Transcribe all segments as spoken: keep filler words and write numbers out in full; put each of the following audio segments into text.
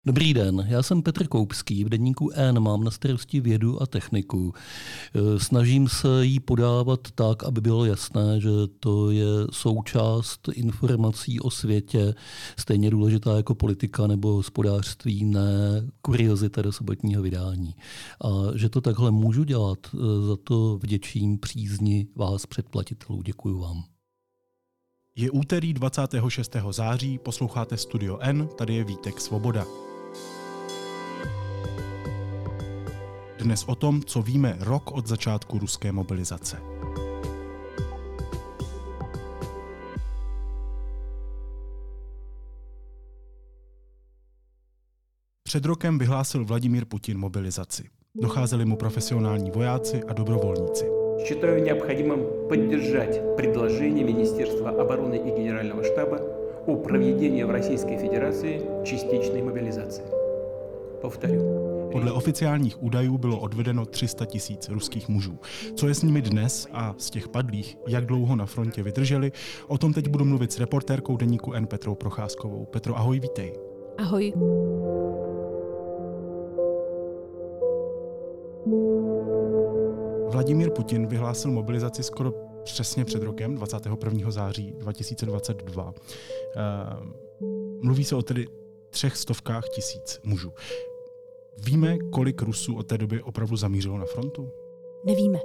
Dobrý den, já jsem Petr Koupský, v deníku N mám na starosti vědu a techniku. Snažím se jí podávat tak, aby bylo jasné, že to je součást informací o světě, stejně důležitá jako politika nebo hospodářství, ne kuriozita do sobotního vydání. A že to takhle můžu dělat, za to vděčím přízni vás předplatitelů. Děkuju vám. Je úterý dvacátého šestého září, posloucháte Studio N, tady je Vítek Svoboda. Dnes o tom, co víme rok od začátku ruské mobilizace. Před rokem vyhlásil Vladimír Putin mobilizaci. Docházeli mu profesionální vojáci a dobrovolníci. Считаю необходимым поддержать предложение Министерства обороны и Генерального штаба о проведении в Российской Федерации частичной мобилизации. Повторю. Podle oficiálních údajů bylo odvedeno tři sta tisíc ruských mužů. Co je s nimi dnes a z těch padlých, jak dlouho na frontě vydrželi, o tom teď budu mluvit s reportérkou deníku N Petrou Procházkovou. Petro, ahoj, vítej. Ahoj. Vladimír Putin vyhlásil mobilizaci skoro přesně před rokem, dvacátého prvního září dva tisíce dvacet dva. Mluví se o tedy třech stovkách tisíc mužů. Víme, kolik Rusů od té doby opravdu zamířilo na frontu? Nevíme.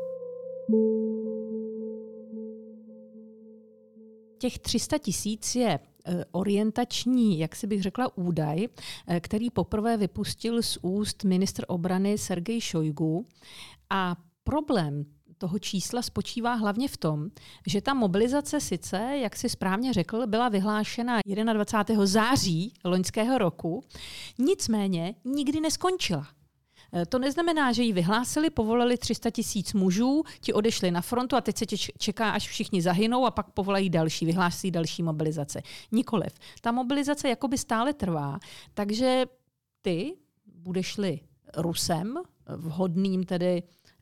Těch tři sta tisíc je orientační, jak si bych řekla, údaj, který poprvé vypustil z úst ministr obrany Sergej Šojgu. A problém toho čísla spočívá hlavně v tom, že ta mobilizace sice, jak si správně řekl, byla vyhlášena dvacátého prvního září loňského roku, nicméně nikdy neskončila. To neznamená, že ji vyhlásili, povolali tři sta tisíc mužů, ti odešli na frontu a teď se tě čeká, až všichni zahynou a pak povolají další, vyhlásí další mobilizace. Nikoliv. Ta mobilizace jakoby stále trvá, takže ty budeš-li Rusem, vhodným tedy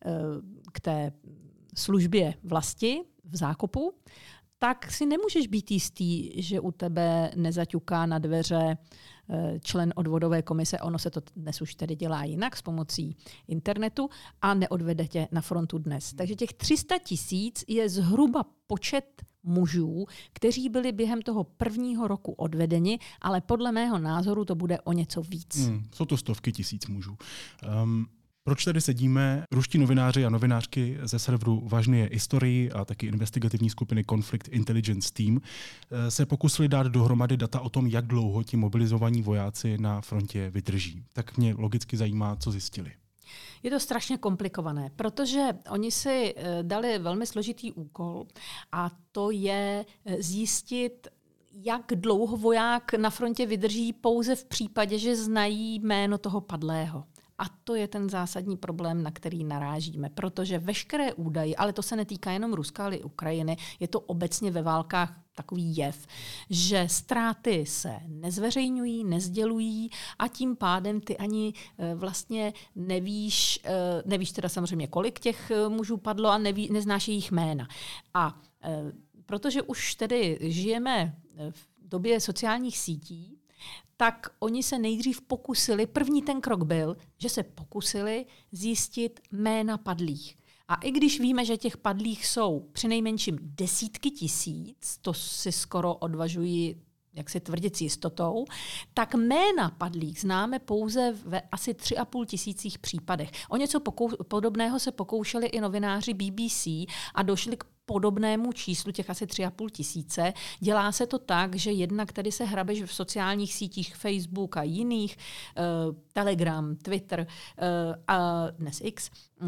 k té službě vlasti v zákopu, tak si nemůžeš být jistý, že u tebe nezaťuká na dveře člen odvodové komise, ono se to dnes už tedy dělá jinak s pomocí internetu a neodvede tě na frontu dnes. Takže těch tři sta tisíc je zhruba počet mužů, kteří byli během toho prvního roku odvedeni, ale podle mého názoru to bude o něco víc. Hmm, jsou to stovky tisíc mužů. Um... Proč tady sedíme? Ruští novináři a novinářky ze serveru Važně historii a taky investigativní skupiny Conflict Intelligence Team se pokusili dát dohromady data o tom, jak dlouho ti mobilizovaní vojáci na frontě vydrží. Tak mě logicky zajímá, co zjistili. Je to strašně komplikované, protože oni si dali velmi složitý úkol a to je zjistit, jak dlouho voják na frontě vydrží pouze v případě, že znají jméno toho padlého. A to je ten zásadní problém, na který narážíme, protože veškeré údaje, ale to se netýká jenom Ruska, ale i Ukrajiny, je to obecně ve válkách takový jev, že ztráty se nezveřejňují, nezdělují a tím pádem ty ani vlastně nevíš, nevíš teda samozřejmě, kolik těch mužů padlo a neví, neznáš jejich jména. A protože už tedy žijeme v době sociálních sítí, tak oni se nejdřív pokusili, první ten krok byl, že se pokusili zjistit jména padlých. A i když víme, že těch padlých jsou přinejmenším desítky tisíc, to si skoro odvažuji, jak si tvrdit s jistotou, tak jména padlých známe pouze ve asi tři a půl tisících případech. O něco pokou- podobného se pokoušeli i novináři B B C a došli k podobnému číslu těch asi tři a půl tisíce. Dělá se to tak, že jednak tady se hrabeš v sociálních sítích Facebook a jiných, uh, Telegram, Twitter uh, a dnes X, uh,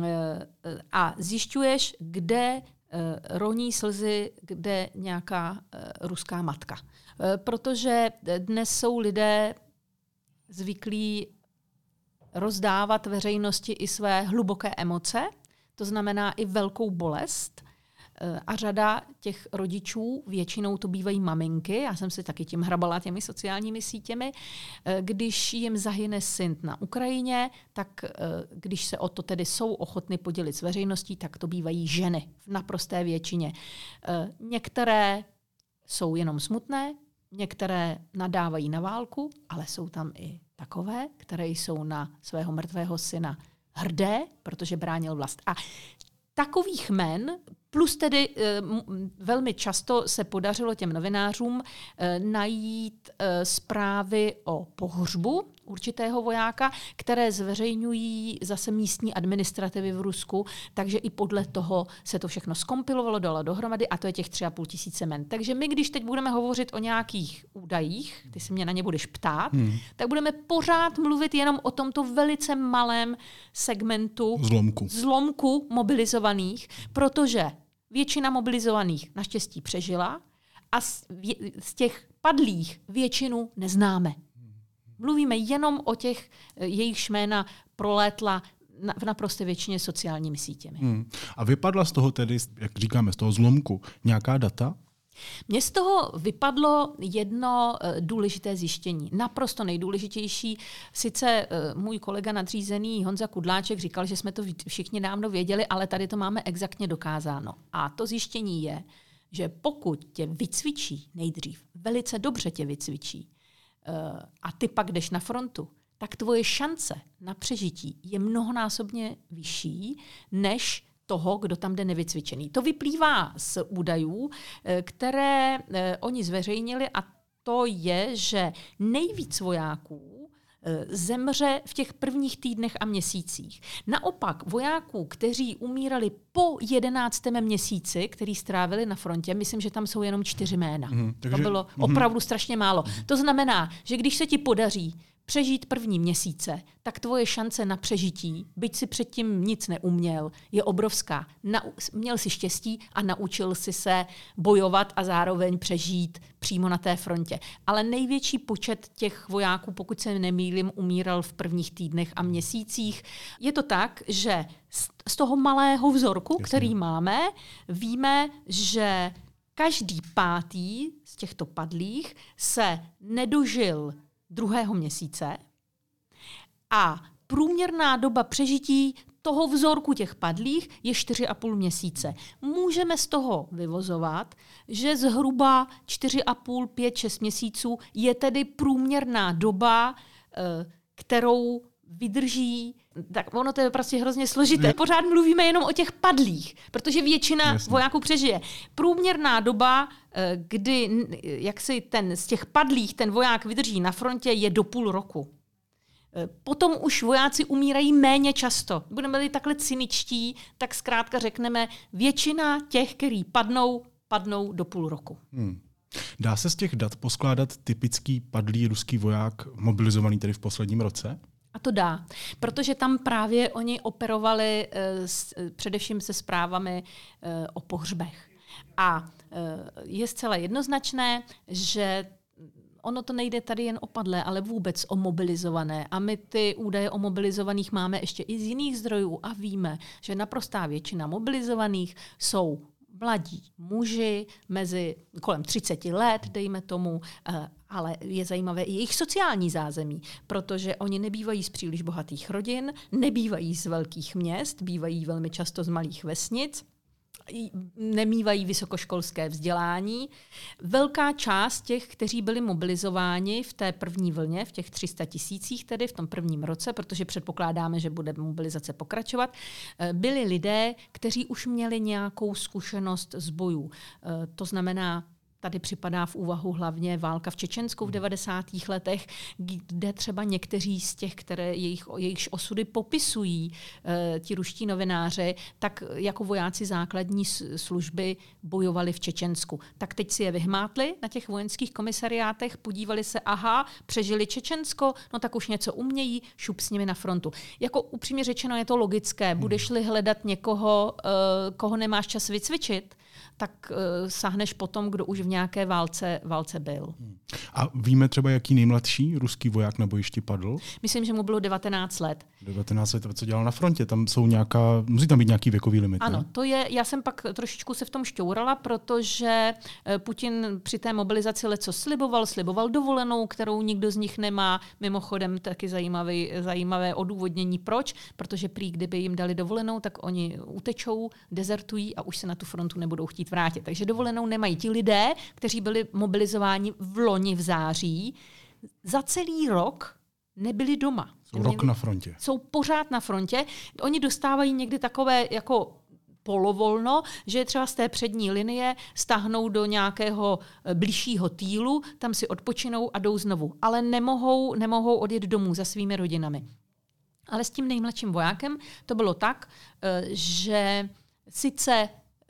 a zjišťuješ, kde uh, roní slzy, kde nějaká uh, ruská matka. Uh, protože dnes jsou lidé zvyklí rozdávat veřejnosti i své hluboké emoce, to znamená i velkou bolest. A řada těch rodičů, většinou to bývají maminky, já jsem si taky tím hrabala těmi sociálními sítěmi, když jim zahyne syn na Ukrajině, tak když se o to tedy jsou ochotny podělit s veřejností, tak to bývají ženy v naprosté většině. Některé jsou jenom smutné, Některé nadávají na válku, ale jsou tam i takové, které jsou na svého mrtvého syna hrdé, protože bránil vlast. A takových men, plus tedy e, velmi často se podařilo těm novinářům e, najít e, zprávy o pohřbu určitého vojáka, které zveřejňují zase místní administrativy v Rusku, takže i podle toho se to všechno zkompilovalo, dalo dohromady a to je těch tři a půl tisíce men. Takže my, když teď budeme hovořit o nějakých údajích, ty se mě na ně budeš ptát, hmm. tak budeme pořád mluvit jenom o tomto velice malém segmentu zlomku, zlomku mobilizovaných, protože většina mobilizovaných naštěstí přežila a z, z těch padlých většinu neznáme. Mluvíme jenom o těch, jejich jména prolétla na, v naprosté většině sociálními sítěmi. Hmm. A vypadla z toho tedy, jak říkáme, z toho zlomku nějaká data? Mně z toho vypadlo jedno důležité zjištění. Naprosto nejdůležitější. Sice můj kolega nadřízený Honza Kudláček říkal, že jsme to všichni dávno věděli, ale tady to máme exaktně dokázáno. A to zjištění je, že pokud tě vycvičí nejdřív, velice dobře tě vycvičí, a ty pak jdeš na frontu, tak tvoje šance na přežití je mnohonásobně vyšší než toho, kdo tam jde nevycvičený. To vyplývá z údajů, které oni zveřejnili, a to je, že nejvíc vojáků zemře v těch prvních týdnech a měsících. Naopak vojáků, kteří umírali po jedenáctém měsíci, který strávili na frontě, myslím, že tam jsou jenom čtyři jména. Mm, takže, to bylo opravdu mm. strašně málo. To znamená, že když se ti podaří přežít první měsíce, tak tvoje šance na přežití, byť si předtím nic neuměl, je obrovská. Na, měl si štěstí a naučil si se bojovat a zároveň přežít přímo na té frontě. Ale největší počet těch vojáků, pokud se nemýlím, umíral v prvních týdnech a měsících. Je to tak, že z toho malého vzorku, Jasně. který máme, víme, že každý pátý z těchto padlých se nedožil druhého měsíce a průměrná doba přežití toho vzorku těch padlých je čtyři a půl měsíce. Můžeme z toho vyvozovat, že zhruba čtyři a půl, pět, šest měsíců je tedy průměrná doba, kterou vydrží. Tak ono to je prostě hrozně složité. Pořád mluvíme jenom o těch padlých, protože většina Jasně. vojáků přežije. Průměrná doba, kdy jak si ten, z těch padlých ten voják vydrží na frontě, je do půl roku. Potom už vojáci umírají méně často. Budeme-li takhle cyničtí, tak zkrátka řekneme, většina těch, který padnou, padnou do půl roku. Hmm. Dá se z těch dat poskládat typický padlý ruský voják mobilizovaný tedy v posledním roce? A to dá, protože tam právě oni operovali uh, s, především se zprávami uh, o pohřbech. A uh, je zcela jednoznačné, že ono to nejde tady jen o padlé, ale vůbec o mobilizované. A my ty údaje o mobilizovaných máme ještě i z jiných zdrojů a víme, že naprostá většina mobilizovaných jsou mladí muži mezi kolem třicet let, dejme tomu, ale je zajímavé i jejich sociální zázemí, protože oni nebývají z příliš bohatých rodin, nebývají z velkých měst, bývají velmi často z malých vesnic, nemývají vysokoškolské vzdělání. Velká část těch, kteří byli mobilizováni v té první vlně, v těch tři sta tisících, tedy v tom prvním roce, protože předpokládáme, že bude mobilizace pokračovat, byli lidé, kteří už měli nějakou zkušenost z bojů. To znamená, tady připadá v úvahu hlavně válka v Čečensku v devadesátých letech, kde třeba někteří z těch, které jejich, jejichž osudy popisují e, ti ruští novináři, tak jako vojáci základní služby bojovali v Čečensku. Tak teď si je vyhmátli na těch vojenských komisariátech, podívali se, aha, přežili Čečensko, no tak už něco umějí, šup s nimi na frontu. Jako upřímně řečeno je to logické. Budeš-li hledat někoho, e, koho nemáš čas vycvičit, tak uh, sahneš potom, kdo už v nějaké válce, válce byl. A víme třeba, jaký nejmladší ruský voják na bojišti padl? Myslím, že mu bylo devatenáct let. devatenáct let, co dělal na frontě? Tam jsou nějaká, musí tam být nějaký věkový limit, Ano, ne? to je, já jsem pak trošičku se v tom šťourala, protože Putin při té mobilizaci leco sliboval, sliboval dovolenou, kterou nikdo z nich nemá. Mimochodem taky zajímavý, zajímavé odůvodnění, proč, protože prý, kdyby jim dali dovolenou, tak oni utečou, dezertují a už se na tu frontu nebudou budou chtít vrátit. Takže dovolenou nemají ti lidé, kteří byli mobilizováni v loni v září, za celý rok nebyli doma. Jsou rok na frontě. Jsou pořád na frontě. Oni dostávají někdy takové jako polovolno, že je třeba z té přední linie stáhnou do nějakého bližšího týlu, tam si odpočinou a jdou znovu. Ale nemohou, nemohou odjet domů za svými rodinami. Ale s tím nejmladším vojákem to bylo tak, že sice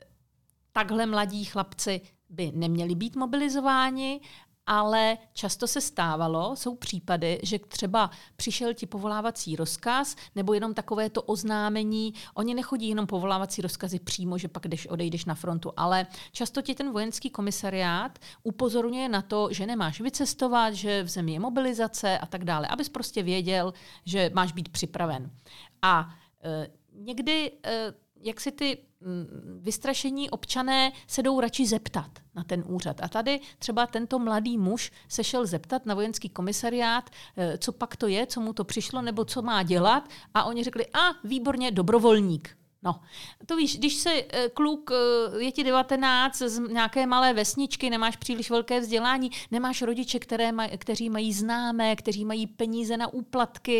takhle mladí chlapci by neměli být mobilizováni, ale často se stávalo, jsou případy, že třeba přišel ti povolávací rozkaz nebo jenom takové to oznámení. Oni nechodí jenom povolávací rozkazy přímo, že pak jdeš, odejdeš na frontu, ale často ti ten vojenský komisariát upozorňuje na to, že nemáš vycestovat, že v zemi je mobilizace a tak dále, abys prostě věděl, že máš být připraven. A e, někdy e, jak si ty vystrašení občané se jdou radši zeptat na ten úřad. A tady třeba tento mladý muž se šel zeptat na vojenský komisariát, co pak to je, co mu to přišlo, nebo co má dělat. A oni řekli, a výborně, dobrovolník. No, to víš, když se kluk, je ti devatenáct, z nějaké malé vesničky, nemáš příliš velké vzdělání, nemáš rodiče, které maj, kteří mají známé, kteří mají peníze na úplatky,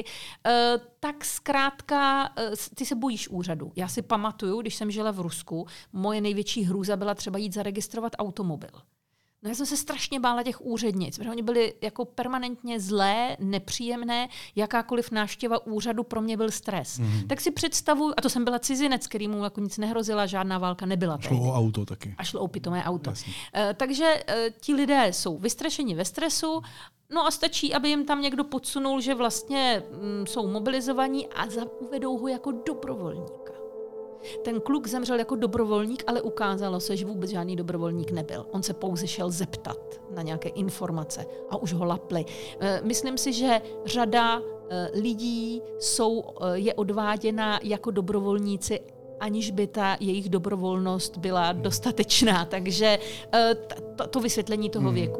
tak zkrátka ty se bojíš úřadu. Já si pamatuju, když jsem žila v Rusku, moje největší hrůza byla třeba jít zaregistrovat automobil. No já jsem se strašně bála těch úřednic, protože oni byli jako permanentně zlé, nepříjemné, jakákoliv návštěva úřadu pro mě byl stres. Mm. Tak si představuji, a to jsem byla cizinec, kterýmu jako nic nehrozila, žádná válka nebyla. Šlo o auto taky. A šlo o pitomé auto. Uh, takže uh, ti lidé jsou vystrašeni ve stresu, no a stačí, aby jim tam někdo podsunul, že vlastně mm, jsou mobilizovaní a za, uvedou ho jako dobrovolníka. Ten kluk zemřel jako dobrovolník, ale ukázalo se, že vůbec žádný dobrovolník nebyl. On se pouze šel zeptat na nějaké informace a už ho lapli. Myslím si, že řada lidí jsou, je odváděna jako dobrovolníci, aniž by ta jejich dobrovolnost byla dostatečná. Takže to, to vysvětlení toho věku.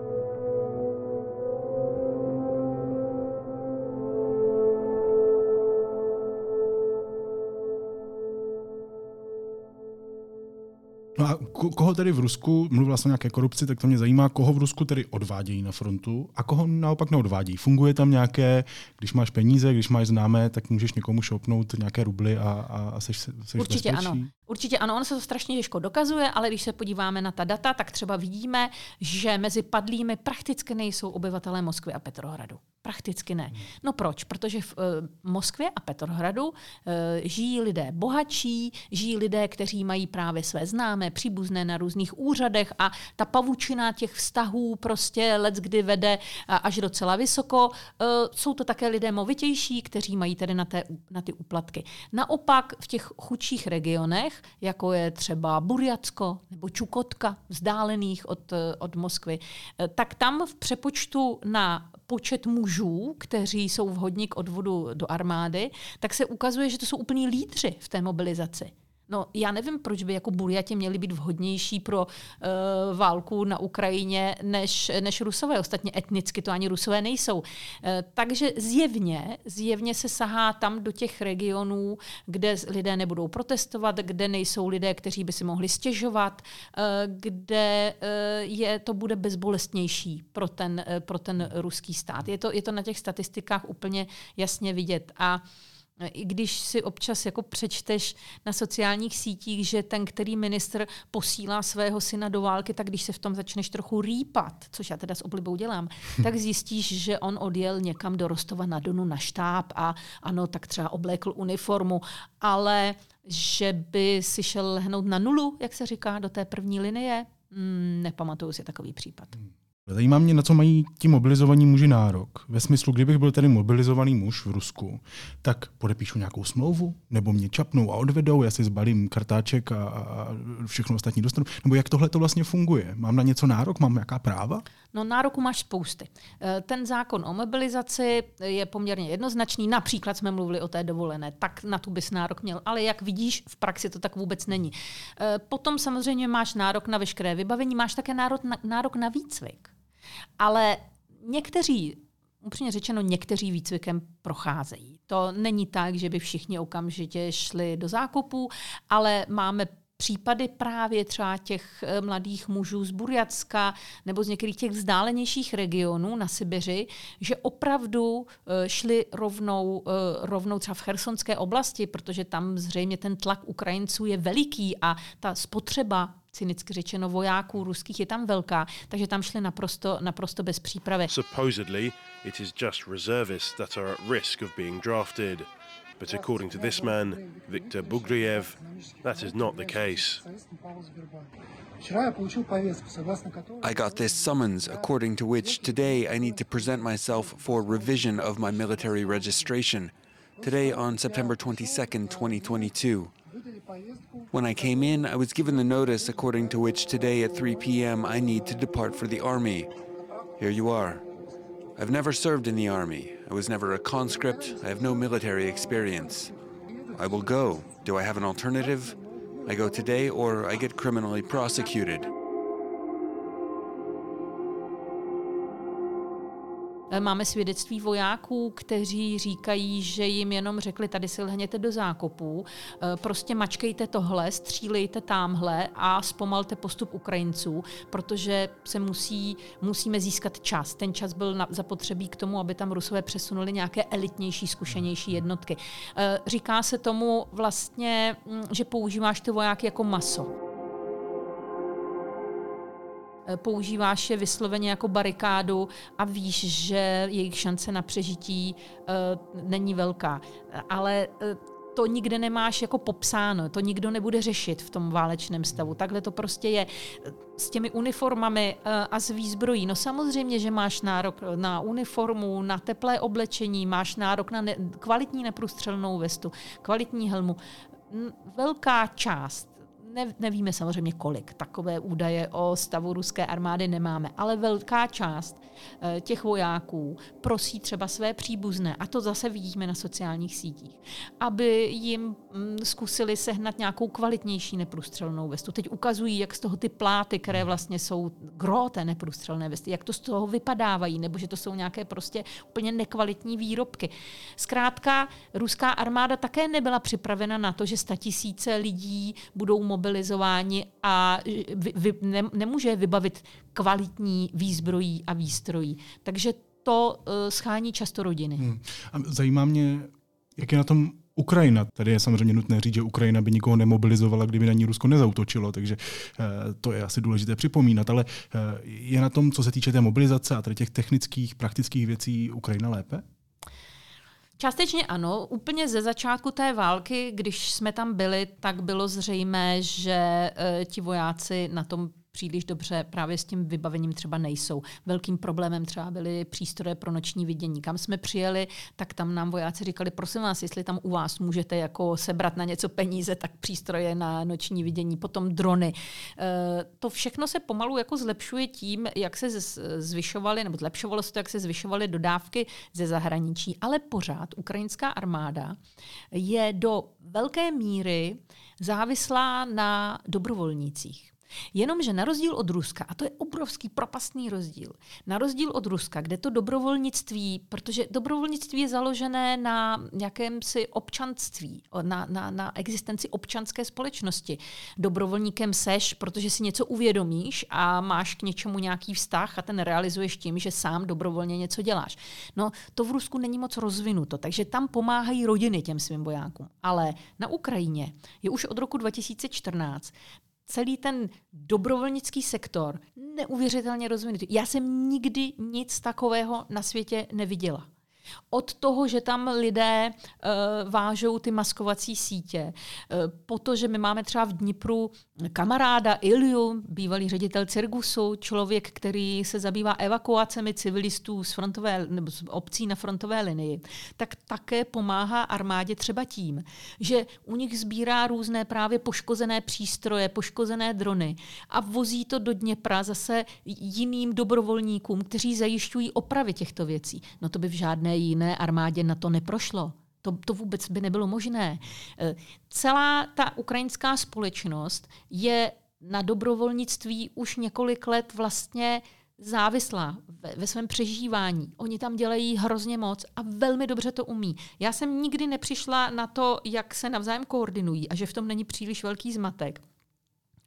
No a koho tedy v Rusku, mluvila jsem o nějaké korupci, tak to mě zajímá, koho v Rusku tedy odvádějí na frontu a koho naopak neodvádějí. Funguje tam nějaké, když máš peníze, když máš známé, tak můžeš někomu šoupnout nějaké rubly a, a, a seš, seš Určitě bezpečí? ano. Určitě ano, ono se to strašně těžko dokazuje, ale když se podíváme na ta data, tak třeba vidíme, že mezi padlými prakticky nejsou obyvatelé Moskvy a Petrohradu. Prakticky ne. No proč? Protože v uh, Moskvě a Petrohradu uh, žijí lidé bohatší, žijí lidé, kteří mají právě své známé, příbuzné na různých úřadech a ta pavučina těch vztahů prostě leckdy vede uh, až docela vysoko. Uh, jsou to také lidé movitější, kteří mají tedy na, té, na ty úplatky. Naopak v těch chudších regionech, jako je třeba Burjatsko nebo Čukotka, vzdálených od, od Moskvy, uh, tak tam v přepočtu na počet mužů, kteří jsou vhodní k odvodu do armády, tak se ukazuje, že to jsou úplní lídři v té mobilizaci. No, já nevím, proč by jako Burjati měli být vhodnější pro uh, válku na Ukrajině než, než Rusové. Ostatně etnicky to ani Rusové nejsou. Uh, takže zjevně, zjevně se sahá tam do těch regionů, kde lidé nebudou protestovat, kde nejsou lidé, kteří by si mohli stěžovat, uh, kde uh, je, to bude bezbolestnější pro ten, uh, pro ten ruský stát. Je to, je to na těch statistikách úplně jasně vidět. A i když si občas jako přečteš na sociálních sítích, že ten, který ministr posílá svého syna do války, tak když se v tom začneš trochu rýpat, což já teda s oblibou dělám, tak zjistíš, že on odjel někam do Rostova na Donu na štáb a ano, tak třeba oblékl uniformu, ale že by si šel lehnout na nulu, jak se říká, do té první linie, hmm, nepamatuju si takový případ. Zajímá mě, na co mají ti mobilizovaní muži nárok. Ve smyslu, kdybych byl tedy mobilizovaný muž v Rusku, tak podepíšu nějakou smlouvu, nebo mě čapnou a odvedou, já si zbalím kartáček a, a všechno ostatní dostanu. Nebo jak tohle to vlastně funguje? Mám na něco nárok? Mám nějaká práva? No nároku máš spousty. Ten zákon o mobilizaci je poměrně jednoznačný. Například jsme mluvili o té dovolené, tak na tu bys nárok měl. Ale jak vidíš, v praxi to tak vůbec není. Potom samozřejmě máš nárok na veškeré vybavení, máš také nárok na, nárok na výcvik. Ale někteří, upřímně řečeno, někteří výcvikem procházejí. To není tak, že by všichni okamžitě šli do zákopu, ale máme případy právě třeba těch mladých mužů z Burjatska nebo z některých těch vzdálenějších regionů na Sibiři, že opravdu šli rovnou, rovnou třeba v chersonské oblasti, protože tam zřejmě ten tlak Ukrajinců je veliký a ta spotřeba, cynicky řečeno, vojáků ruských je tam velká, takže tam šli naprosto, naprosto bez přípravy. Supposedly, it is just reservists that are at risk of being drafted. But according to this man, Viktor Bugriev, that is not the case. I got this summons according to which today I need to present myself for revision of my military registration. Today on September twenty-second, twenty twenty-two. When I came in, I was given the notice according to which today at three p.m. I need to depart for the army. Here you are. I've never served in the army. I was never a conscript. I have no military experience. I will go. Do I have an alternative? I go today or I get criminally prosecuted. Máme svědectví vojáků, kteří říkají, že jim jenom řekli, tady si lhněte do zákopů, prostě mačkejte tohle, střílejte támhle a zpomalte postup Ukrajinců, protože se musí, musíme získat čas. Ten čas byl zapotřebí k tomu, aby tam Rusové přesunuli nějaké elitnější, zkušenější jednotky. Říká se tomu vlastně, že používáš ty vojáky jako maso. Používáš je vysloveně jako barikádu a víš, že jejich šance na přežití uh, není velká. Ale uh, to nikde nemáš jako popsáno, to nikdo nebude řešit v tom válečném stavu. Takhle to prostě je s těmi uniformami uh, a s výzbrojí. No samozřejmě, že máš nárok na uniformu, na teplé oblečení, máš nárok na ne- kvalitní neprůstřelnou vestu, kvalitní helmu. Velká část, Ne, nevíme samozřejmě kolik, takové údaje o stavu ruské armády nemáme, ale velká část e, těch vojáků prosí třeba své příbuzné, a to zase vidíme na sociálních sítích, aby jim m, zkusili sehnat nějakou kvalitnější neprůstřelnou vestu. Teď ukazují, jak z toho ty pláty, které vlastně jsou gro té neprůstřelné vesty, jak to z toho vypadávají, nebo že to jsou nějaké prostě úplně nekvalitní výrobky. Zkrátka, ruská armáda také nebyla připravena na to, že statisíce lidí budou mobilizovat mobilizováni a vy, vy, ne, nemůže vybavit kvalitní výzbrojí a výstrojí. Takže to uh, schání často rodiny. Hmm. A zajímá mě, jak je na tom Ukrajina. Tady je samozřejmě nutné říct, že Ukrajina by nikoho nemobilizovala, kdyby na ní Rusko nezautočilo, takže uh, to je asi důležité připomínat. Ale uh, je na tom, co se týče té mobilizace a tady těch technických, praktických věcí, Ukrajina lépe? Částečně ano. Úplně ze začátku té války, když jsme tam byli, tak bylo zřejmé, že e, ti vojáci na tom příliš dobře právě s tím vybavením třeba nejsou. Velkým problémem třeba byly přístroje pro noční vidění. Kam jsme přijeli, tak tam nám vojáci říkali, prosím vás, jestli tam u vás můžete jako sebrat na něco peníze, tak přístroje na noční vidění, potom drony. E, to všechno se pomalu jako zlepšuje tím, jak se zvyšovaly, nebo zlepšovalo se to, jak se zvyšovaly dodávky ze zahraničí, ale pořád ukrajinská armáda je do velké míry závislá na dobrovolnících. Jenomže na rozdíl od Ruska, a to je obrovský propastný rozdíl, na rozdíl od Ruska, kde to dobrovolnictví, protože dobrovolnictví je založené na jakémsi občanství, na, na, na existenci občanské společnosti. Dobrovolníkem seš, protože si něco uvědomíš a máš k něčemu nějaký vztah a ten realizuješ tím, že sám dobrovolně něco děláš. No, to v Rusku není moc rozvinuto, takže tam pomáhají rodiny těm svým vojákům. Ale na Ukrajině je už od roku dva tisíce čtrnáct celý ten dobrovolnický sektor neuvěřitelně rozvinutý. Já jsem nikdy nic takového na světě neviděla. Od toho, že tam lidé uh, vážou ty maskovací sítě, uh, po to, že my máme třeba v Dnipru kamaráda Ilju, bývalý ředitel Cirgusu, člověk, který se zabývá evakuacemi civilistů z frontové, nebo z obcí na frontové linii, tak také pomáhá armádě třeba tím, že u nich sbírá různé právě poškozené přístroje, poškozené drony a vozí to do Dněpra zase jiným dobrovolníkům, kteří zajišťují opravy těchto věcí. No to by v žádné jiné armádě na to neprošlo. To, to vůbec by nebylo možné. Celá ta ukrajinská společnost je na dobrovolnictví už několik let vlastně závislá ve, ve svém přežívání. Oni tam dělají hrozně moc a velmi dobře to umí. Já jsem nikdy nepřišla na to, jak se navzájem koordinují a že v tom není příliš velký zmatek.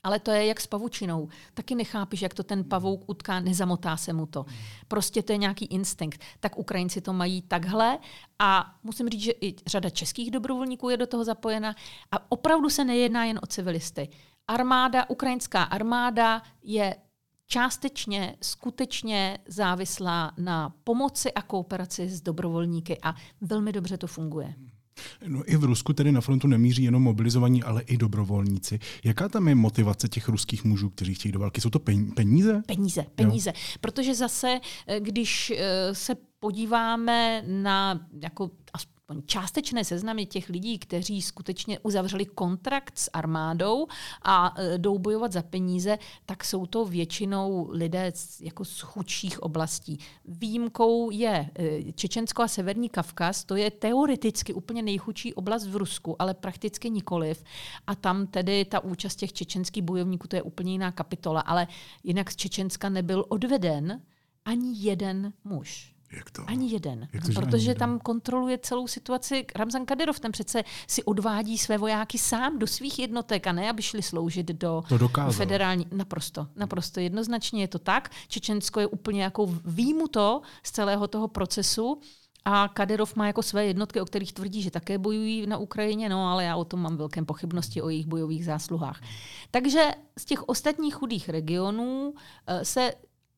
Ale to je jak s pavučinou. Taky nechápeš, jak to ten pavouk utká, nezamotá se mu to. Prostě to je nějaký instinkt. Tak Ukrajinci to mají takhle a musím říct, že i řada českých dobrovolníků je do toho zapojena a opravdu se nejedná jen o civilisty. Armáda, ukrajinská armáda je částečně skutečně závislá na pomoci a kooperaci s dobrovolníky a velmi dobře to funguje. No i v Rusku tedy na frontu nemíří jenom mobilizovaní, ale i dobrovolníci. Jaká tam je motivace těch ruských mužů, kteří chtějí do války? Jsou to peníze? Peníze, peníze. Jo. Protože zase, když se podíváme na jako částečné seznamy těch lidí, kteří skutečně uzavřeli kontrakt s armádou a jdou bojovat za peníze, tak jsou to většinou lidé jako z chudších oblastí. Výjimkou je Čečensko a Severní Kavkaz, to je teoreticky úplně nejchudší oblast v Rusku, ale prakticky nikoliv. A tam tedy ta účast těch čečenských bojovníků, to je úplně jiná kapitola, ale jinak z Čečenska nebyl odveden ani jeden muž. Jak to? Ani jeden. Jak to, protože ani tam jeden? Kontroluje celou situaci. Ramzan Kadyrov ten přece si odvádí své vojáky sám do svých jednotek a ne, aby šli sloužit do federální. Naprosto, naprosto jednoznačně je to tak. Čečensko je úplně jako výjimuto z celého toho procesu a Kadyrov má jako své jednotky, o kterých tvrdí, že také bojují na Ukrajině, no ale já o tom mám velké pochybnosti o jejich bojových zásluhách. Takže z těch ostatních chudých regionů se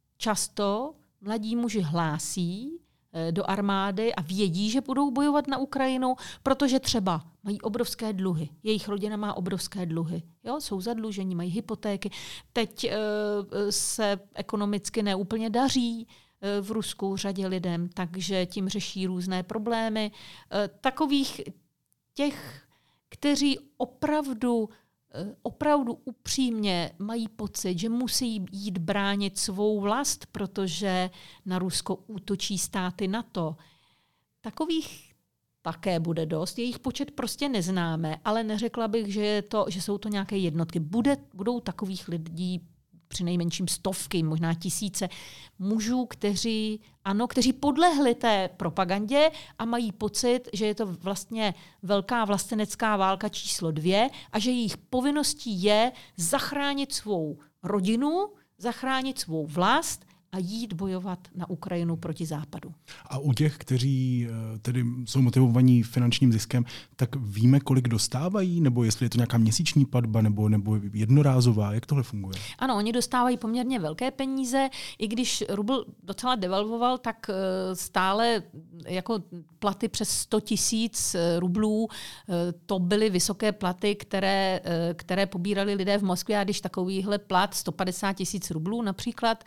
často mladí muži hlásí do armády a vědí, že budou bojovat na Ukrajinu, protože třeba mají obrovské dluhy. Jejich rodina má obrovské dluhy. Jo, jsou zadlužení, mají hypotéky. Teď e, se ekonomicky neúplně daří e, v Rusku řadě lidem, takže tím řeší různé problémy. E, takových těch, kteří opravdu opravdu upřímně mají pocit, že musí jít bránit svou vlast, protože na Rusko útočí státy NATO. Takových také bude dost. Jejich počet prostě neznáme, ale neřekla bych, že, je to, že jsou to nějaké jednotky. Bude, budou takových lidí přinejmenším stovky, možná tisíce mužů, kteří, ano, kteří podlehli té propagandě a mají pocit, že je to vlastně velká vlastenecká válka číslo dvě a že jejich povinností je zachránit svou rodinu, zachránit svou vlast a jít bojovat na Ukrajinu proti západu. A u těch, kteří tedy jsou motivovaní finančním ziskem, tak víme, kolik dostávají, nebo jestli je to nějaká měsíční platba, nebo, nebo jednorázová, jak tohle funguje? Ano, oni dostávají poměrně velké peníze, i když rubl docela devalvoval, tak stále jako platy přes sto tisíc rublů, to byly vysoké platy, které, které pobírali lidé v Moskvě, a když takovýhle plat sto padesát tisíc rublů například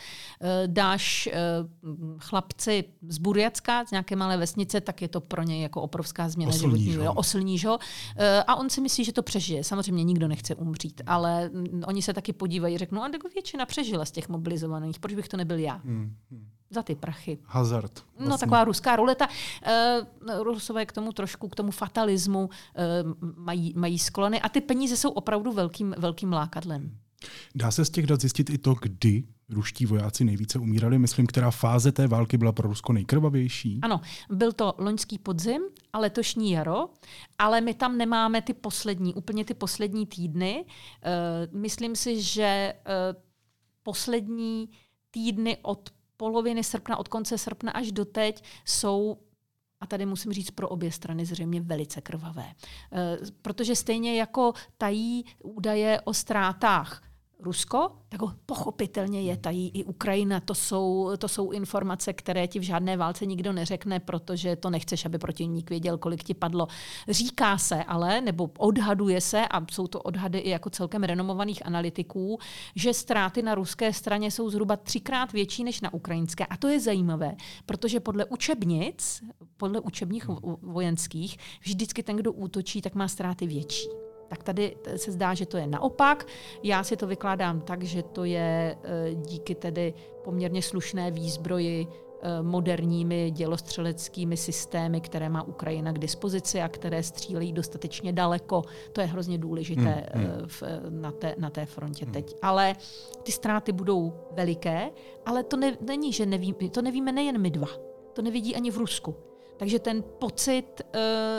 dáš uh, chlapci z Burjacka, z nějaké malé vesnice, tak je to pro něj jako obrovská změna životního. Oslníš ho. Uh, a on si myslí, že to přežije. Samozřejmě nikdo nechce umřít, ale um, oni se taky podívají, řeknou, a většina přežila z těch mobilizovaných, proč bych to nebyl já? Hmm. Za ty prachy. Hazard. Vlastně. No taková ruská ruleta. Uh, Rusové k tomu trošku, k tomu fatalismu uh, mají, mají sklony a ty peníze jsou opravdu velkým, velkým lákadlem. Dá se z těch dat zjistit i to, kdy ruští vojáci nejvíce umírali? Myslím, která fáze té války byla pro Rusko nejkrvavější? Ano, byl to loňský podzim a letošní jaro, ale my tam nemáme ty poslední, úplně ty poslední týdny. Uh, myslím si, že uh, poslední týdny od poloviny srpna, od konce srpna až do teď jsou, a tady musím říct pro obě strany, zřejmě velice krvavé. Uh, protože stejně jako tají údaje o ztrátách Rusko, tak pochopitelně je tají i Ukrajina. To jsou, to jsou informace, které ti v žádné válce nikdo neřekne, protože to nechceš, aby protivník věděl, kolik ti padlo. Říká se ale, nebo odhaduje se, a jsou to odhady i jako celkem renomovaných analytiků, že ztráty na ruské straně jsou zhruba třikrát větší než na ukrajinské. A to je zajímavé, protože podle učebnic, podle učebních vojenských, vždycky ten, kdo útočí, tak má ztráty větší. Tak tady se zdá, že to je naopak. Já si to vykládám tak, že to je díky tedy poměrně slušné výzbroji moderními dělostřeleckými systémy, které má Ukrajina k dispozici a které střílejí dostatečně daleko. To je hrozně důležité hmm, hmm. V, na, té, na té frontě hmm. teď. Ale ty ztráty budou veliké, ale to ne, není, že neví, to nevíme nejen my dva. To nevidí ani v Rusku. Takže ten pocit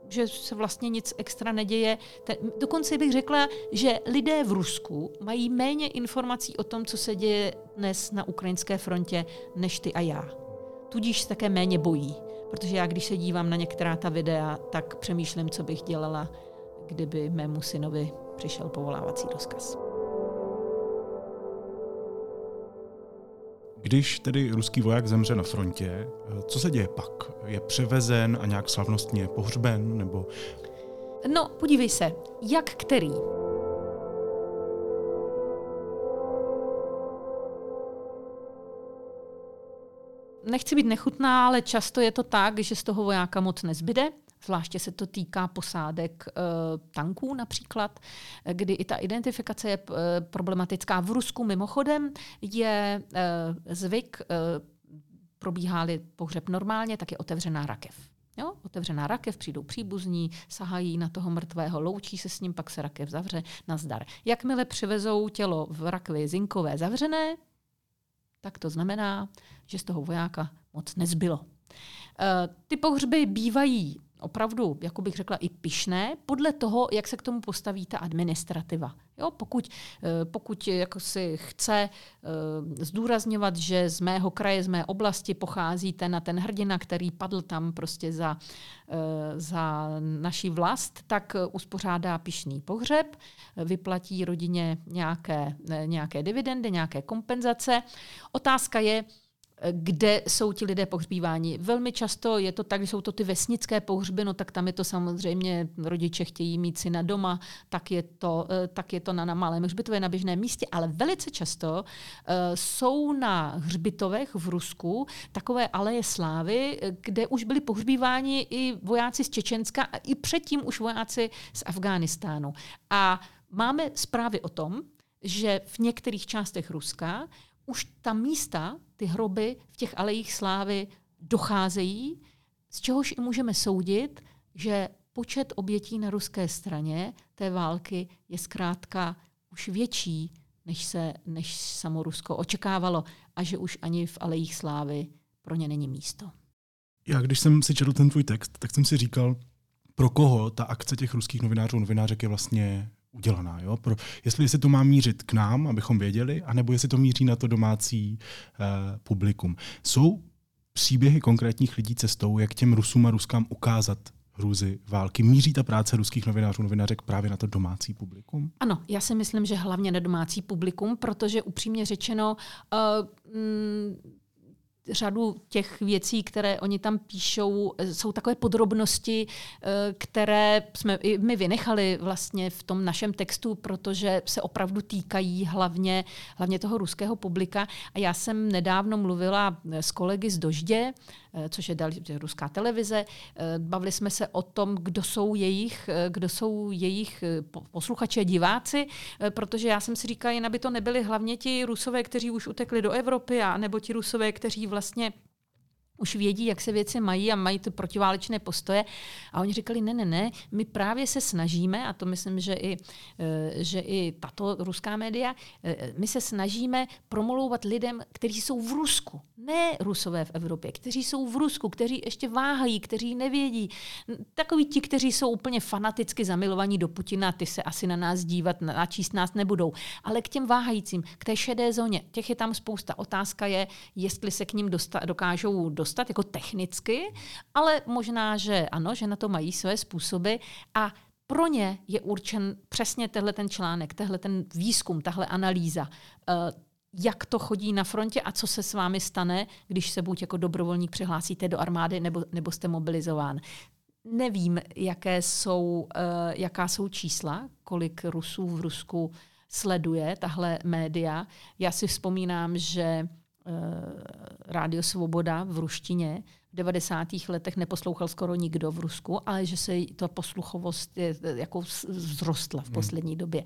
že se vlastně nic extra neděje. Dokonce bych řekla, že lidé v Rusku mají méně informací o tom, co se děje dnes na ukrajinské frontě, než ty a já. Tudíž se také méně bojí. Protože já, když se dívám na některá ta videa, tak přemýšlím, co bych dělala, kdyby mému synovi přišel povolávací rozkaz. Když tedy ruský voják zemře na frontě, co se děje pak? Je převezen a nějak slavnostně pohřben? Nebo... No, podívej se, jak který? Nechci být nechutná, ale často je to tak, že z toho vojáka moc nezbyde. Zvláště se to týká posádek e, tanků například, kdy i ta identifikace je e, problematická. V Rusku mimochodem je e, zvyk, e, probíhá-li pohřeb normálně, tak je otevřená rakev. Jo? Otevřená rakev, přijdou příbuzní, sahají na toho mrtvého, loučí se s ním, pak se rakev zavře, nazdar. Jakmile přivezou tělo v rakvi zinkové zavřené, tak to znamená, že z toho vojáka moc nezbylo. E, ty pohřby bývají opravdu, jako bych řekla, i pyšné, podle toho, jak se k tomu postaví ta administrativa. Jo, pokud, pokud jako si chce zdůrazňovat, že z mého kraje, z mé oblasti pochází ten a ten hrdina, který padl tam prostě za, za naši vlast, tak uspořádá pyšný pohřeb, vyplatí rodině nějaké, nějaké dividendy, nějaké kompenzace. Otázka je, kde jsou ti lidé pohřbíváni. Velmi často je to tak, že jsou to ty vesnické pohřby, no tak tam je to samozřejmě, rodiče chtějí mít syna doma, tak je to, tak je to na, na malém hřbitově na běžném místě, ale velice často uh, jsou na hřbitovech v Rusku takové aleje slávy, kde už byli pohřbíváni i vojáci z Čečenska a i předtím už vojáci z Afghánistánu. A máme zprávy o tom, že v některých částech Ruska už ta místa, ty hroby v těch alejích slávy docházejí, z čehož i můžeme soudit, že počet obětí na ruské straně té války je zkrátka už větší, než se než samo Rusko očekávalo a že už ani v alejích slávy pro ně není místo. Já když jsem si četl ten tvůj text, tak jsem si říkal, pro koho ta akce těch ruských novinářů, novinářek je vlastně udělaná. Jo? Pro, jestli se to má mířit k nám, abychom věděli, anebo jestli to míří na to domácí eh, publikum. Jsou příběhy konkrétních lidí cestou, jak těm Rusům a Ruskám ukázat hrůzy války? Míří ta práce ruských novinářů, novinářek právě na to domácí publikum? Ano, já si myslím, že hlavně na domácí publikum, protože upřímně řečeno uh, mm, řadu těch věcí, které oni tam píšou, jsou takové podrobnosti, které jsme i my vynechali vlastně v tom našem textu, protože se opravdu týkají hlavně, hlavně toho ruského publika. A já jsem nedávno mluvila s kolegy z Doždě, což je ruská televize. Bavili jsme se o tom, kdo jsou jejich, kdo jsou jejich posluchači, diváci, protože já jsem si říkala, jen aby to nebyli hlavně ti Rusové, kteří už utekli do Evropy, a nebo ti Rusové, kteří vlastně už vědí, jak se věci mají a mají ty protiválečné postoje. A oni říkali, ne, ne, ne, my právě se snažíme, a to myslím, že i, že i tato ruská média, my se snažíme promlouvat lidem, kteří jsou v Rusku, ne Rusové v Evropě, kteří jsou v Rusku, kteří ještě váhají, kteří nevědí. Takoví ti, kteří jsou úplně fanaticky zamilovaní do Putina, ty se asi na nás dívat, načíst nás nebudou. Ale k těm váhajícím, k té šedé zóně, těch je tam spousta. Otázka je, jestli se k ním dosta- dokážou dostat dostat jako technicky, ale možná, že ano, že na to mají své způsoby a pro ně je určen přesně tenhle ten článek, tenhle ten výzkum, tahle analýza, jak to chodí na frontě a co se s vámi stane, když se buď jako dobrovolník přihlásíte do armády nebo, nebo jste mobilizován. Nevím, jaké jsou, jaká jsou čísla, kolik Rusů v Rusku sleduje tahle média. Já si vzpomínám, že Rádio Svoboda v ruštině v devadesátých letech neposlouchal skoro nikdo v Rusku, ale že se ta posluchovost je, jako vzrostla v poslední době.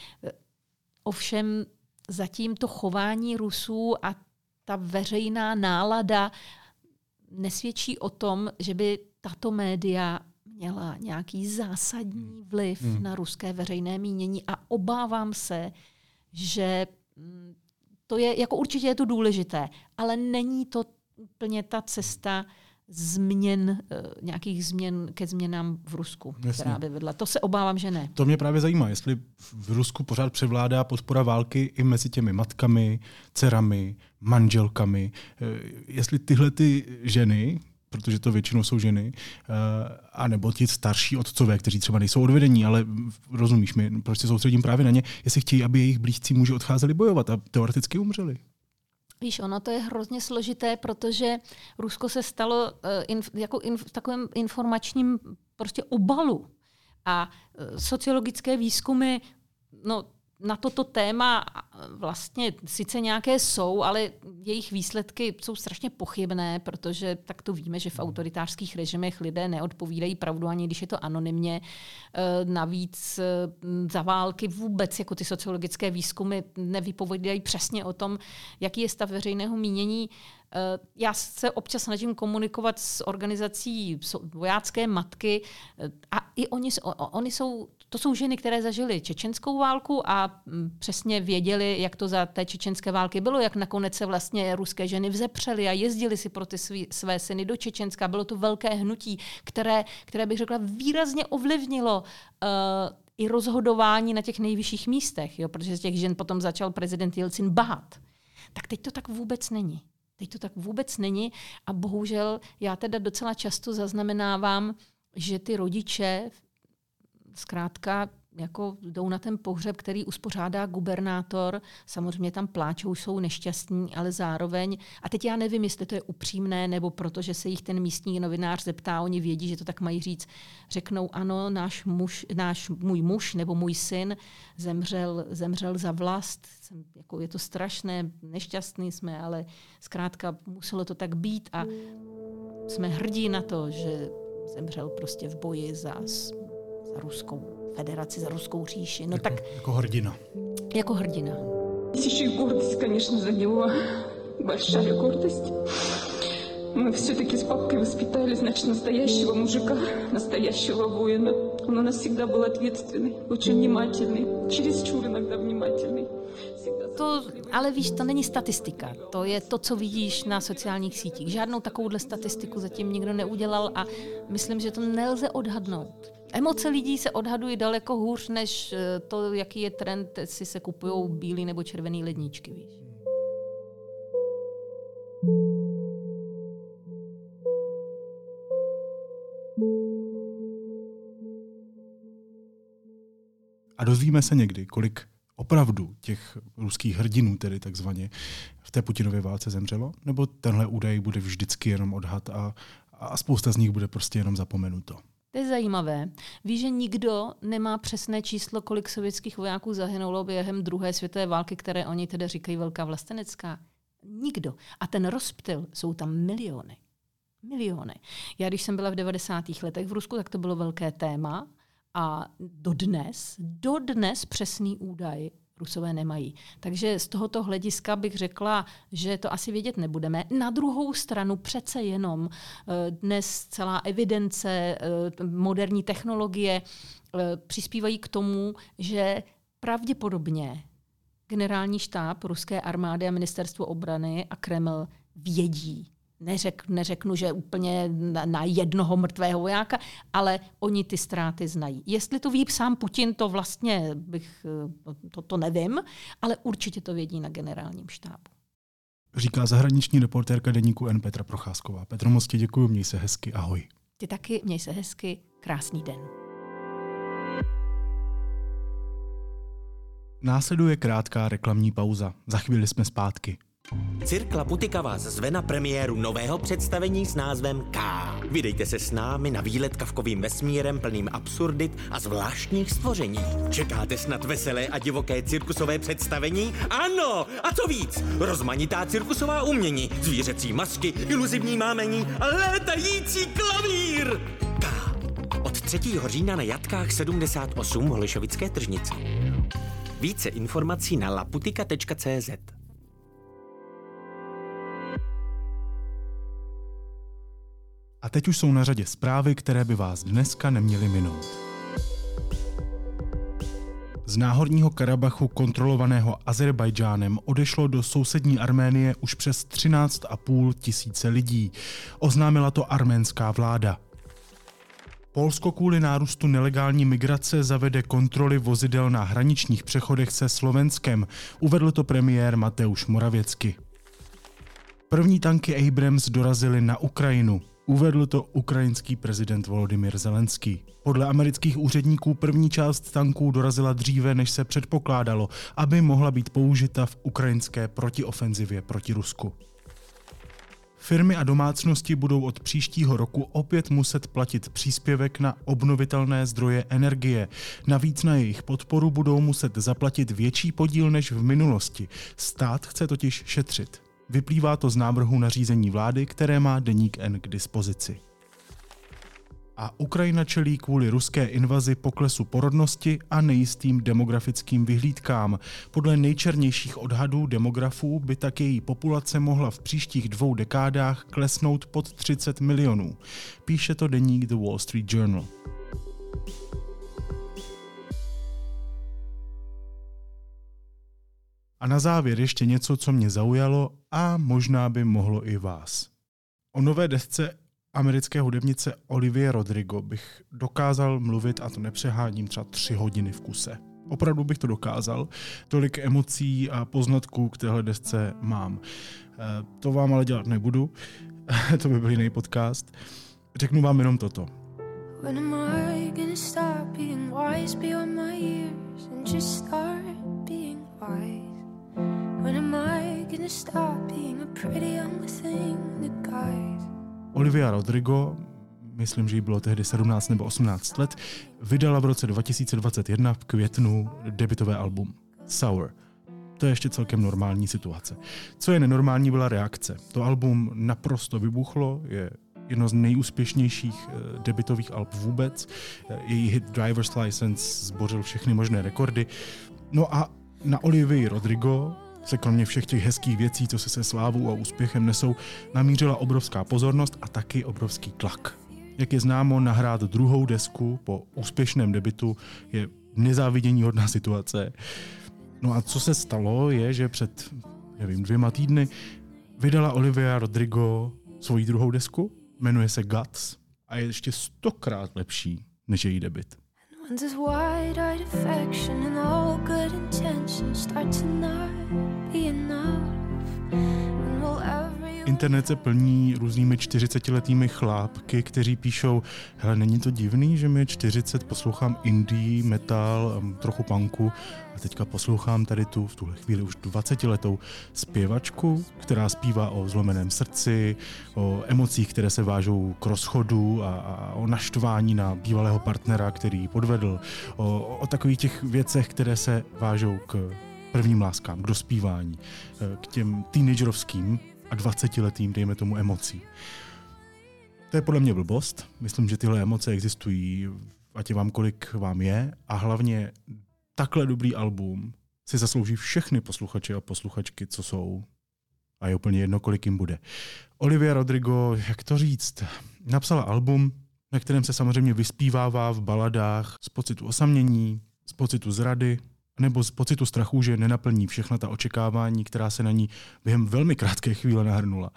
Ovšem zatím to chování Rusů a ta veřejná nálada nesvědčí o tom, že by tato média měla nějaký zásadní vliv hmm. na ruské veřejné mínění a obávám se, že to je, jako určitě je to důležité, ale není to úplně ta cesta, změn, nějakých změn ke změnám v Rusku, Jasně. která by vedla. To se obávám, že ne. To mě právě zajímá, jestli v Rusku pořád převládá podpora války i mezi těmi matkami, dcerami, manželkami. Jestli tyhle ty ženy, protože to většinou jsou ženy, anebo ti starší otcové, kteří třeba nejsou odvedení, ale rozumíš mi, proč se soustředím právě na ně, jestli chtějí, aby jejich blízcí muži odcházeli bojovat a teoreticky umřeli. Víš, ono to je hrozně složité, protože Rusko se stalo uh, inf, jako inf, v takovém informačním prostě obalu. A uh, sociologické výzkumy, no, na toto téma vlastně sice nějaké jsou, ale jejich výsledky jsou strašně pochybné, protože tak to víme, že v autoritářských režimech lidé neodpovídají pravdu, ani když je to anonymně. Navíc za války vůbec jako ty sociologické výzkumy nevypovídají přesně o tom, jaký je stav veřejného mínění. Já se občas snažím komunikovat s organizací vojácké matky a i oni, oni jsou, to jsou ženy, které zažily čečenskou válku a přesně věděli, jak to za té čečenské války bylo, jak nakonec se vlastně ruské ženy vzepřely a jezdili si pro ty svý, své syny do Čečenska. Bylo to velké hnutí, které, které bych řekla výrazně ovlivnilo uh, i rozhodování na těch nejvyšších místech, jo, protože z těch žen potom začal prezident Jelcin bát. Tak teď to tak vůbec není. Teď to tak vůbec není a bohužel já teda docela často zaznamenávám, že ty rodiče zkrátka jako jdou na ten pohřeb, který uspořádá gubernátor, samozřejmě tam pláčou, jsou nešťastní, ale zároveň, a teď já nevím, jestli to je upřímné, nebo protože se jich ten místní novinář zeptá, oni vědí, že to tak mají říct, řeknou ano, náš muž, náš můj muž nebo můj syn zemřel, zemřel za vlast, jako je to strašné, nešťastní jsme, ale zkrátka muselo to tak být a jsme hrdí na to, že zemřel prostě v boji za, za Ruskou federaci, za Ruskou říši. No jako, tak, jako hrdina. Jako hrdina. Еще и гордость, конечно, за него. Большая гордость. Мы все-таки с папкой воспитали, значит, настоящего мужика, настоящего воина. Он у нас всегда был ответственный, очень внимательный, чересчур иногда внимательный. To, ale víš, to není statistika. To je to, co vidíš na sociálních sítích. Žádnou takovouhle statistiku zatím nikdo neudělal a myslím, že to nelze odhadnout. Emoce lidí se odhadují daleko hůř, než to, jaký je trend, jestli se kupujou bílý nebo červený ledničky, víš. A dozvíme se někdy, kolik opravdu těch ruských hrdinů, tedy takzvaně, v té Putinově válce zemřelo? Nebo tenhle údaj bude vždycky jenom odhad a, a spousta z nich bude prostě jenom zapomenuto? To je zajímavé. Víš, že nikdo nemá přesné číslo, kolik sovětských vojáků zahynulo během druhé světové války, které oni tedy říkají Velká vlastenecká. Nikdo. A ten rozptyl, jsou tam miliony. Miliony. Já, když jsem byla v devadesátých letech v Rusku, tak to bylo velké téma a dodnes, dodnes přesný údaj Rusové nemají. Takže z tohoto hlediska bych řekla, že to asi vědět nebudeme. Na druhou stranu přece jenom dnes celá evidence, moderní technologie přispívají k tomu, že pravděpodobně generální štáb ruské armády a ministerstvo obrany a Kreml vědí. Neřek, neřeknu, že úplně na, na jednoho mrtvého vojáka, ale oni ty ztráty znají. Jestli to ví sám Putin, to vlastně bych, to, to nevím, ale určitě to vědí na generálním štábu. Říká zahraniční reportérka deníku N Petra Procházková. Petro, moc ti děkuju, měj se hezky, ahoj. Ty taky, měj se hezky, krásný den. Následuje krátká reklamní pauza. Za chvíli jsme zpátky. Cirk Laputika vás zve na premiéru nového představení s názvem K. Vydejte se s námi na výlet kavkovým vesmírem plným absurdit a zvláštních stvoření. Čekáte snad veselé a divoké cirkusové představení? Ano! A co víc? Rozmanitá cirkusová umění, zvířecí masky, iluzivní mámení a létající klavír! K. Od třetího října na Jatkách sedmdesát osm v Holešovické tržnici. Více informací na laputika tečka cé zet. A teď už jsou na řadě zprávy, které by vás dneska neměly minout. Z náhorního Karabachu kontrolovaného Azerbajdžánem odešlo do sousední Arménie už přes třináct a půl tisíce lidí. Oznámila to arménská vláda. Polsko kvůli nárůstu nelegální migrace zavede kontroly vozidel na hraničních přechodech se Slovenskem, uvedl to premiér Mateusz Morawiecki. První tanky Abrams dorazily na Ukrajinu. Uvedl to ukrajinský prezident Volodymyr Zelenský. Podle amerických úředníků první část tanků dorazila dříve, než se předpokládalo, aby mohla být použita v ukrajinské protiofenzivě proti Rusku. Firmy a domácnosti budou od příštího roku opět muset platit příspěvek na obnovitelné zdroje energie. Navíc na jejich podporu budou muset zaplatit větší podíl než v minulosti. Stát chce totiž šetřit. Vyplývá to z návrhu nařízení vlády, které má Deník N k dispozici. A Ukrajina čelí kvůli ruské invazi poklesu porodnosti a nejistým demografickým vyhlídkám. Podle nejčernějších odhadů demografů by tak její populace mohla v příštích dvou dekádách klesnout pod třicet milionů. Píše to deník The Wall Street Journal. A na závěr ještě něco, co mě zaujalo a možná by mohlo i vás. O nové desce americké hudebnice Olivie Rodrigo bych dokázal mluvit, a to nepřeháním, třeba tři hodiny v kuse. Opravdu bych to dokázal. Tolik emocí a poznatků k téhle desce mám. To vám ale dělat nebudu. To by byl jiný podcast. Řeknu vám jenom toto. When am I gonna stop being wise beyond my years and just start being wise? When am I gonna stop being a pretty young thing that guys? Olivia Rodrigo, myslím, že jí bylo tehdy sedmnáct nebo osmnáct let, vydala v roce dva tisíce dvacet jedna v květnu debutové album Sour. To je ještě celkem normální situace. Co je nenormální, byla reakce. To album naprosto vybuchlo, je jedno z nejúspěšnějších debutových alb vůbec. Její hit Driver's License zbořil všechny možné rekordy. No a na Olivii Rodrigo se kromě všech těch hezkých věcí, co se se slávou a úspěchem nesou, namířila obrovská pozornost a taky obrovský tlak. Jak je známo, nahrát druhou desku po úspěšném debutu je nezáviděníhodná situace. No a co se stalo, je, že před, nevím, dvěma týdny vydala Olivia Rodrigo svoji druhou desku, jmenuje se Guts a je ještě stokrát lepší než její debut. When does wide-eyed affection and all good intentions start to not be enough? When will every... Internet se plní různými čtyřicetiletými chlápky, kteří píšou, hele, není to divný, že mi je čtyřicet, poslouchám indie, metal, trochu punku a teďka poslouchám tady tu v tuhle chvíli už dvacetiletou zpěvačku, která zpívá o zlomeném srdci, o emocích, které se vážou k rozchodu a, a o naštvání na bývalého partnera, který ji podvedl, o, o takových těch věcech, které se vážou k prvním láskám, k dospívání, k těm teenagerovským a dvacetiletým, dejme tomu, emocí. To je podle mě blbost. Myslím, že tyhle emoce existují, ať je vám kolik vám je, a hlavně takhle dobrý album si zaslouží všechny posluchače a posluchačky, co jsou. A je úplně jedno, kolik jim bude. Olivia Rodrigo, jak to říct, napsala album, na kterém se samozřejmě vyspívává v baladách z pocitu osamění, z pocitu zrady, nebo z pocitu strachu, že nenaplní všechna ta očekávání, která se na ní během velmi krátké chvíle nahrnula.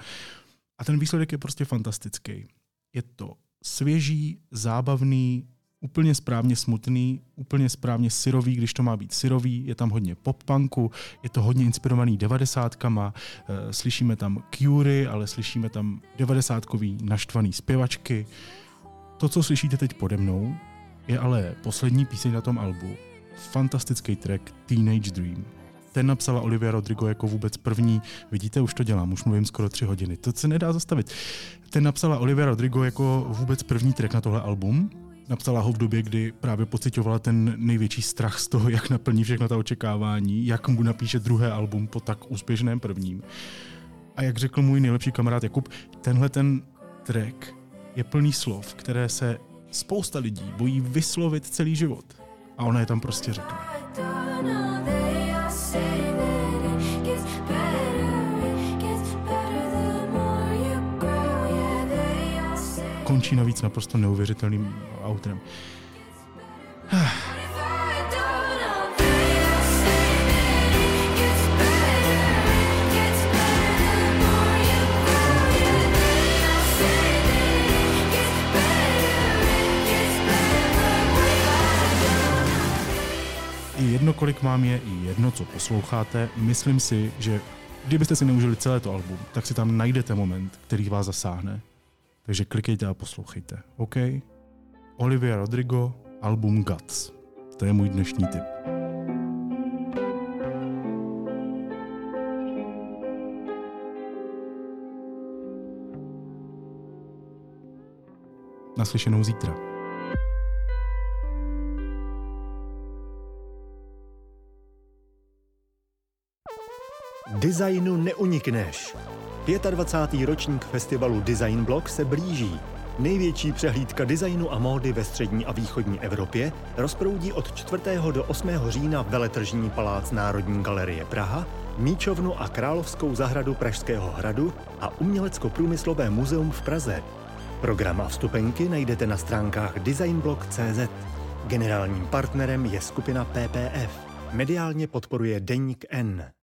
A ten výsledek je prostě fantastický. Je to svěží, zábavný, úplně správně smutný, úplně správně syrový, když to má být syrový, je tam hodně pop-punku, je to hodně inspirovaný devadesátkama, slyšíme tam Curie, ale slyšíme tam devadesátkový naštvaný zpěvačky. To, co slyšíte teď pode mnou, je ale poslední píseň na tom albu. Fantastický track Teenage Dream. Ten napsala Olivia Rodrigo jako vůbec první. Vidíte, už to dělám, už mluvím skoro tři hodiny. To se nedá zastavit. Ten napsala Olivia Rodrigo jako vůbec první track na tohle album. Napsala ho v době, kdy právě pocitovala ten největší strach z toho, jak naplní všechna ta očekávání, jak mu napíše druhé album po tak úspěšném prvním. A jak řekl můj nejlepší kamarád Jakub, tenhle ten track je plný slov, které se spousta lidí bojí vyslovit celý život. A ona je tam prostě řekne. Končí navíc naprosto neuvěřitelným outrem. jedno, kolik mám je, i jedno, co posloucháte. Myslím si, že kdybyste si neužili celé to album, tak si tam najdete moment, který vás zasáhne. Takže klikejte a poslouchejte. OK? Olivia Rodrigo, album Guts. To je můj dnešní tip. Naslyšenou zítra. Designu neunikneš. dvacátý pátý ročník festivalu Design Blog se blíží. Největší přehlídka designu a módy ve střední a východní Evropě rozproudí od čtvrtého do osmého října Veletržní palác Národní galerie Praha, Míčovnu a Královskou zahradu Pražského hradu a Umělecko-průmyslové muzeum v Praze. Program a vstupenky najdete na stránkách designblog tečka cé zet. Generálním partnerem je skupina P P F. Mediálně podporuje Deník N.